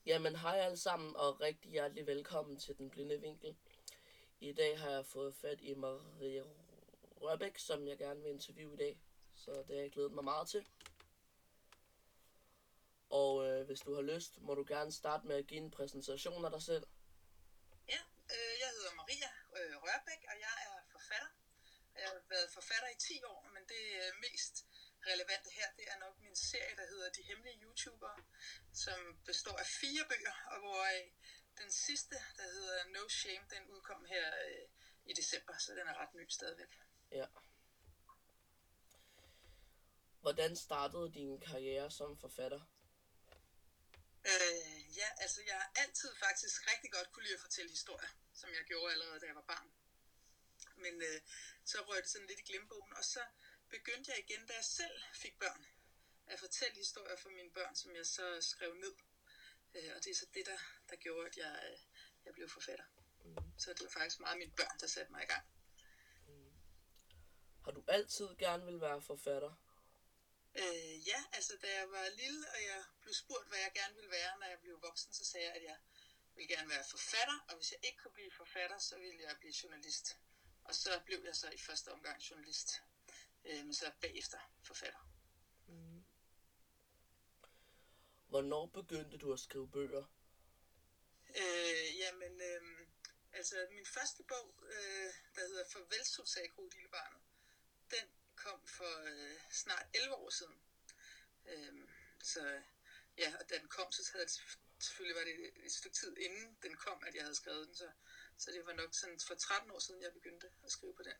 Jamen hej alle sammen, og rigtig hjertelig velkommen til Den Blinde Vinkel. I dag har jeg fået fat i Marie Rørbæk, som jeg gerne vil interviewe i dag. Så det har jeg glædet mig meget til. Og hvis du har lyst, må du gerne starte med at give en præsentation af dig selv. Ja, jeg hedder Maria Rørbæk, og jeg er forfatter. Jeg har været forfatter i 10 år, men det mest relevante her, det er nok min serie, der hedder De Hemmelige YouTubere, som består af 4 bøger, og hvor den sidste, der hedder No Shame, den udkom her i december, så den er ret ny stadigvæk. Ja. Hvordan startede din karriere som forfatter? Ja, altså jeg har altid faktisk rigtig godt kunne lide at fortælle historier, som jeg gjorde allerede, da jeg var barn. Men så røg det sådan lidt i glemmebogen, og så begyndte jeg igen, da jeg selv fik børn, at fortælle historier for mine børn, som jeg så skrev ned. Og det er så det, der gjorde, at jeg blev forfatter. Så det var faktisk meget mine børn, der satte mig i gang. Har du altid gerne vil være forfatter? Ja, altså da jeg var lille, og jeg blev spurgt, hvad jeg gerne ville være, når jeg blev voksen, så sagde jeg, at jeg ville gerne være forfatter, og hvis jeg ikke kunne blive forfatter, så ville jeg blive journalist. Og så blev jeg så i første omgang journalist, men så bagefter forfatter. Hvornår begyndte du at skrive bøger? Altså min første bog, der hedder Farvel, sagde krokodillebarnet, den kom for snart 11 år siden. Så ja, og da den kom, så havde selvfølgelig var det et stykke tid inden den kom, at jeg havde skrevet den, så det var nok sådan for 13 år siden, jeg begyndte at skrive på den.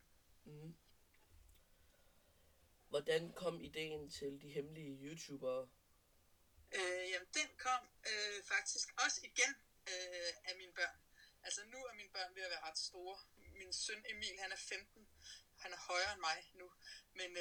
Hvordan kom ideen til De Hemmelige YouTubere? Jamen, den kom faktisk også igen af mine børn. Altså nu er mine børn ved at være ret store. Min søn Emil, han er 15. Han er højere end mig nu. Men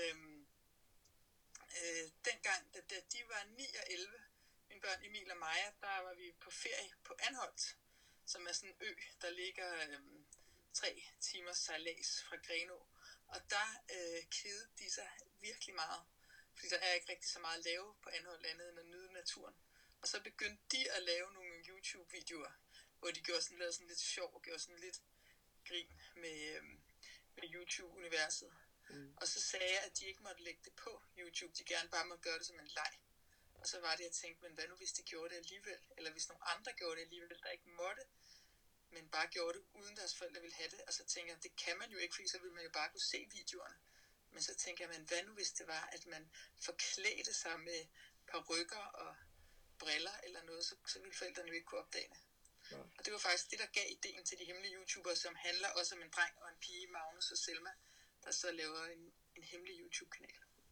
dengang, da de var 9 og 11, mine børn Emil og Maja, der var vi på ferie på Anholt, som er sådan en ø, der ligger 3 timers sejlads fra Grenå. Og der kedede de sig virkelig meget, fordi der er ikke rigtig så meget at lave på Anholt andet end at nyde naturen. Og så begyndte de at lave nogle YouTube-videoer, hvor de lavede sådan lidt sjov og gjorde sådan lidt grin med YouTube-universet. Og så sagde jeg, at de ikke måtte lægge det på YouTube, de gerne bare måtte gøre det som en leg. Og så var det, jeg tænkte, men hvad nu hvis de gjorde det alligevel? Eller hvis nogle andre gjorde det alligevel, der ikke måtte, men bare gjorde det, uden deres forældre ville have det. Og så tænker jeg, det kan man jo ikke, fordi så ville man jo bare kunne se videoerne. Men så tænker jeg, men hvad nu hvis det var, at man forklædte sig med parykker og briller eller noget, så ville forældrene jo ikke kunne opdage det. Ja. Og det var faktisk det, der gav ideen til De Hemmelige YouTubere, som handler også om en dreng og en pige, Magnus og Selma, der så laver en hemmelig YouTube-kanal.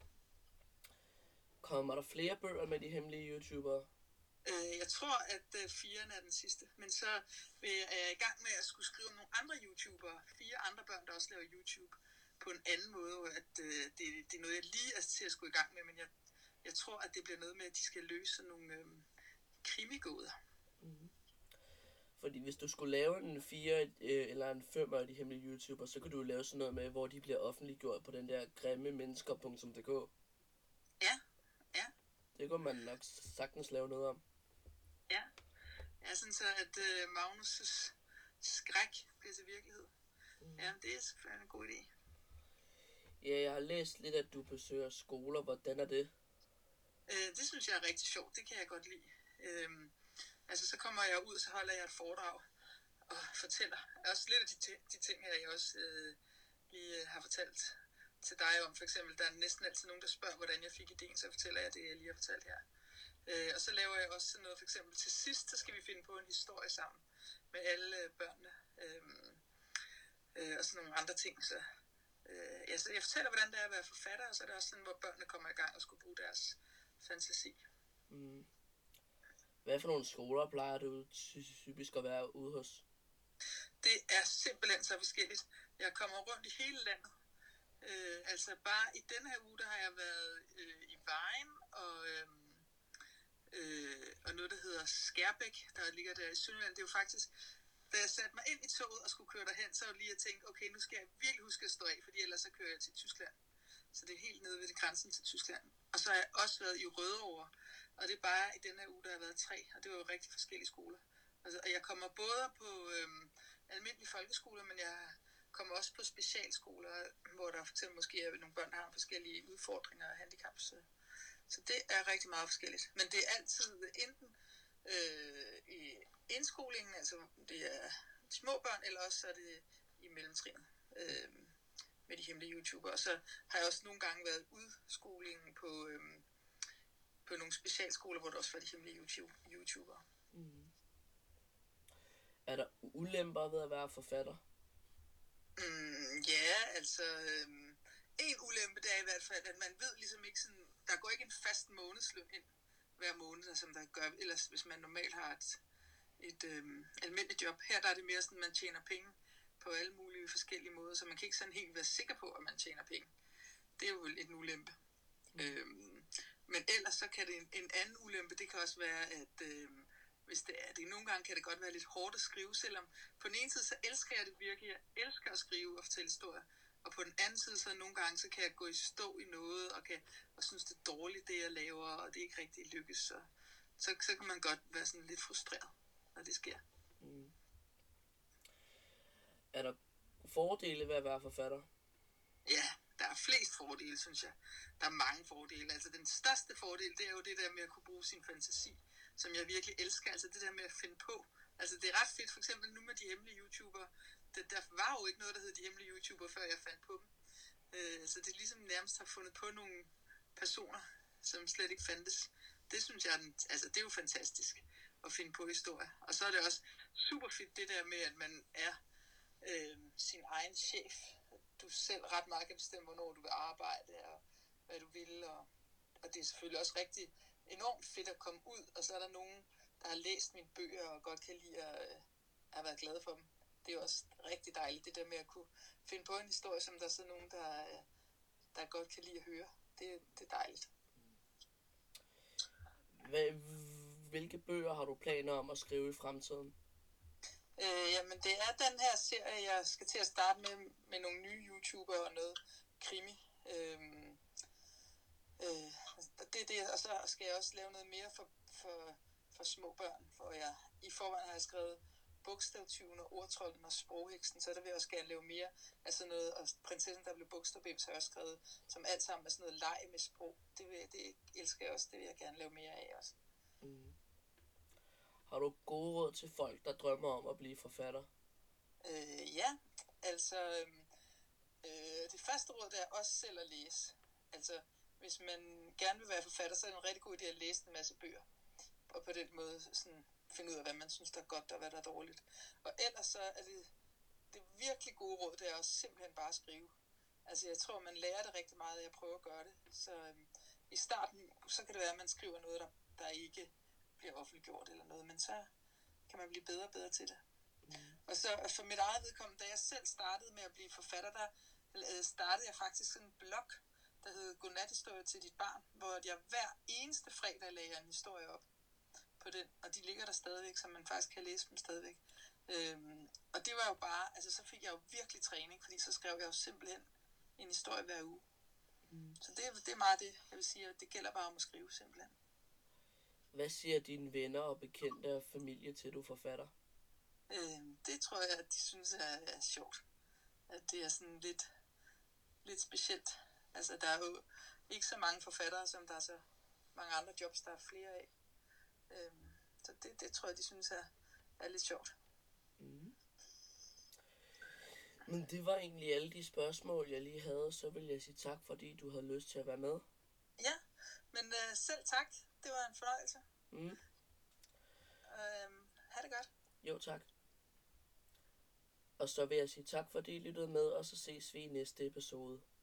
Kommer der flere bøger med De Hemmelige YouTubere? Jeg tror, at 4 er den sidste. Men så er jeg i gang med at skulle skrive om nogle andre YouTubere. 4 andre børn, der også laver YouTube på en anden måde. At det er noget, jeg lige er til at skulle i gang med. Men jeg tror, at det bliver noget med, at de skal løse nogle krimigåder. Fordi hvis du skulle lave en 4 eller en 5 af De Hemmelige YouTubere, så kan du lave sådan noget med, hvor de bliver offentliggjort på den der grimmemennesker.dk. Ja. Det kunne man nok sagtens lave noget om. Ja, sådan så at Magnus' skræk bliver til virkelighed. Ja, det er selvfølgelig en god idé. Ja, jeg har læst lidt, at du besøger skoler. Hvordan er det? Det synes jeg er rigtig sjovt. Det kan jeg godt lide. Altså så kommer jeg ud, så holder jeg et foredrag og fortæller også lidt af de ting her, jeg også lige har fortalt til dig om. For eksempel, der er næsten altid nogen, der spørger, hvordan jeg fik ideen, så fortæller jeg det, jeg lige har fortalt her. Og så laver jeg også sådan noget, for eksempel til sidst, så skal vi finde på en historie sammen med alle børnene. Og sådan nogle andre ting. Så jeg fortæller, hvordan det er at være forfatter, og så er det også sådan, hvor børnene kommer i gang og skulle bruge deres fantasi. Hvad for nogle skoler plejer du typisk at være ude hos? Det er simpelthen så forskelligt. Jeg kommer rundt i hele landet. Altså bare i denne her uge, der har jeg været i Vejen og noget, der hedder Skærbæk, der ligger der i Sønderjylland. Det er jo faktisk, da jeg satte mig ind i toget og skulle køre derhen, så var lige at tænke, okay, nu skal jeg virkelig huske at stå af, fordi ellers så kører jeg til Tyskland. Så det er helt nede ved grænsen til Tyskland. Og så har jeg også været i Rødovre, Og det er bare i den her uge, der har været 3, og det var jo rigtig forskellige skoler. Altså, og jeg kommer både på almindelige folkeskoler, men jeg kommer også på specialskoler, hvor der for eksempel måske er nogle børn, der har forskellige udfordringer og handicaps. Så det er rigtig meget forskelligt. Men det er altid enten i indskolingen, altså det er de små børn, eller også så er det i mellemtrinet med de hemmelige YouTubere. Og så har jeg også nogle gange været udskolingen på nogle specialskoler, hvor der også var de hemmelige YouTubere. Mm. Er der ulemper ved at være forfatter? Ja, altså en ulempe det er i hvert fald, at man ved ligesom ikke sådan, der går ikke en fast månedsløn ind hver måned, som der gør, ellers hvis man normalt har et almindeligt job. Her der er det mere sådan, at man tjener penge på alle mulige forskellige måder, så man kan ikke sådan helt være sikker på, at man tjener penge. Det er jo en ulempe. Men ellers så kan det en anden ulempe, det kan også være, at hvis det nogle gange kan det godt være lidt hårdt at skrive, selvom på den ene side, så elsker jeg det virkelig. Jeg elsker at skrive og fortælle historier. Og på den anden side, så nogle gange, så kan jeg gå i stå i noget, og synes, det er dårligt, det jeg laver, og det ikke rigtig lykkes. Så kan man godt være sådan lidt frustreret, når det sker. Mm. Er der fordele ved at være forfatter? Ja, der er flest fordele, synes jeg. Der er mange fordele. Altså den største fordel, det er jo det der med at kunne bruge sin fantasi, som jeg virkelig elsker. Altså det der med at finde på. Altså det er ret fedt, for eksempel nu med de hemmelige YouTubere. Der var jo ikke noget, der hed de hemmelige YouTubere, før jeg fandt på dem. Så det er ligesom nærmest har fundet på nogle personer, som slet ikke fandtes. Det synes jeg, det er jo fantastisk at finde på historier. Og så er det også super fedt det der med, at man er sin egen chef. Du selv ret meget kan bestemme, hvornår du vil arbejde, og hvad du vil. Og det er selvfølgelig også rigtig enormt fedt at komme ud, og så er der nogen, der har læst mine bøger og godt kan lide at have været glade for dem. Det er også rigtig dejligt, det der med at kunne finde på en historie, som der er sådan nogen, der godt kan lide at høre. Det er dejligt. Hvilke bøger har du planer om at skrive i fremtiden? Jamen det er den her serie, jeg skal til at starte med nogle nye YouTubere og noget krimi. Det er det, og så skal jeg også lave noget mere for små børn, hvor jeg i forvejen har skrevet Bogstavtyven og Ordtrolden og Sprogheksen, så der vil jeg også gerne lave mere af sådan noget, og Prinsessen, der blev bogstavbims, har jeg også skrevet, som alt sammen er sådan noget leg med sprog. Det elsker jeg også, det vil jeg gerne lave mere af også. Mm. Har du gode råd til folk, der drømmer om at blive forfatter? Ja, altså det første råd det er også selv at læse. Altså hvis man gerne vil være forfatter, så er det en rigtig god idé at læse en masse bøger. Og på den måde sådan finde ud af, hvad man synes, der er godt og hvad der er dårligt. Og ellers så er det virkelig gode råd, det er også simpelthen bare at skrive. Altså jeg tror, man lærer det rigtig meget af at prøve at gøre det. Så i starten, så kan det være, at man skriver noget, der ikke bliver offentliggjort eller noget, men så kan man blive bedre og bedre til det. Og så for mit eget vedkommende, da jeg selv startede med at blive forfatter, der startede jeg faktisk sådan en blog, der hed Godnathistorie til dit barn, hvor jeg hver eneste fredag lagde en historie op på den, og de ligger der stadigvæk, så man faktisk kan læse dem stadigvæk. Og det var jo bare, altså så fik jeg jo virkelig træning, fordi så skrev jeg jo simpelthen en historie hver uge. Så det er meget det, jeg vil sige, at det gælder bare om at skrive simpelthen. Hvad siger dine venner og bekendte og familie til, du forfatter? Det tror jeg, at de synes er sjovt. At det er sådan lidt specielt. Altså, der er jo ikke så mange forfattere, som der er så mange andre jobs, der er flere af. Så det tror jeg, de synes er lidt sjovt. Mm. Men det var egentlig alle de spørgsmål, jeg lige havde. Så vil jeg sige tak, fordi du havde lyst til at være med. Ja, men selv tak. Det var en fornøjelse. Ha' det godt. Jo, tak. Og så vil jeg sige tak, fordi I lyttede med, og så ses vi i næste episode.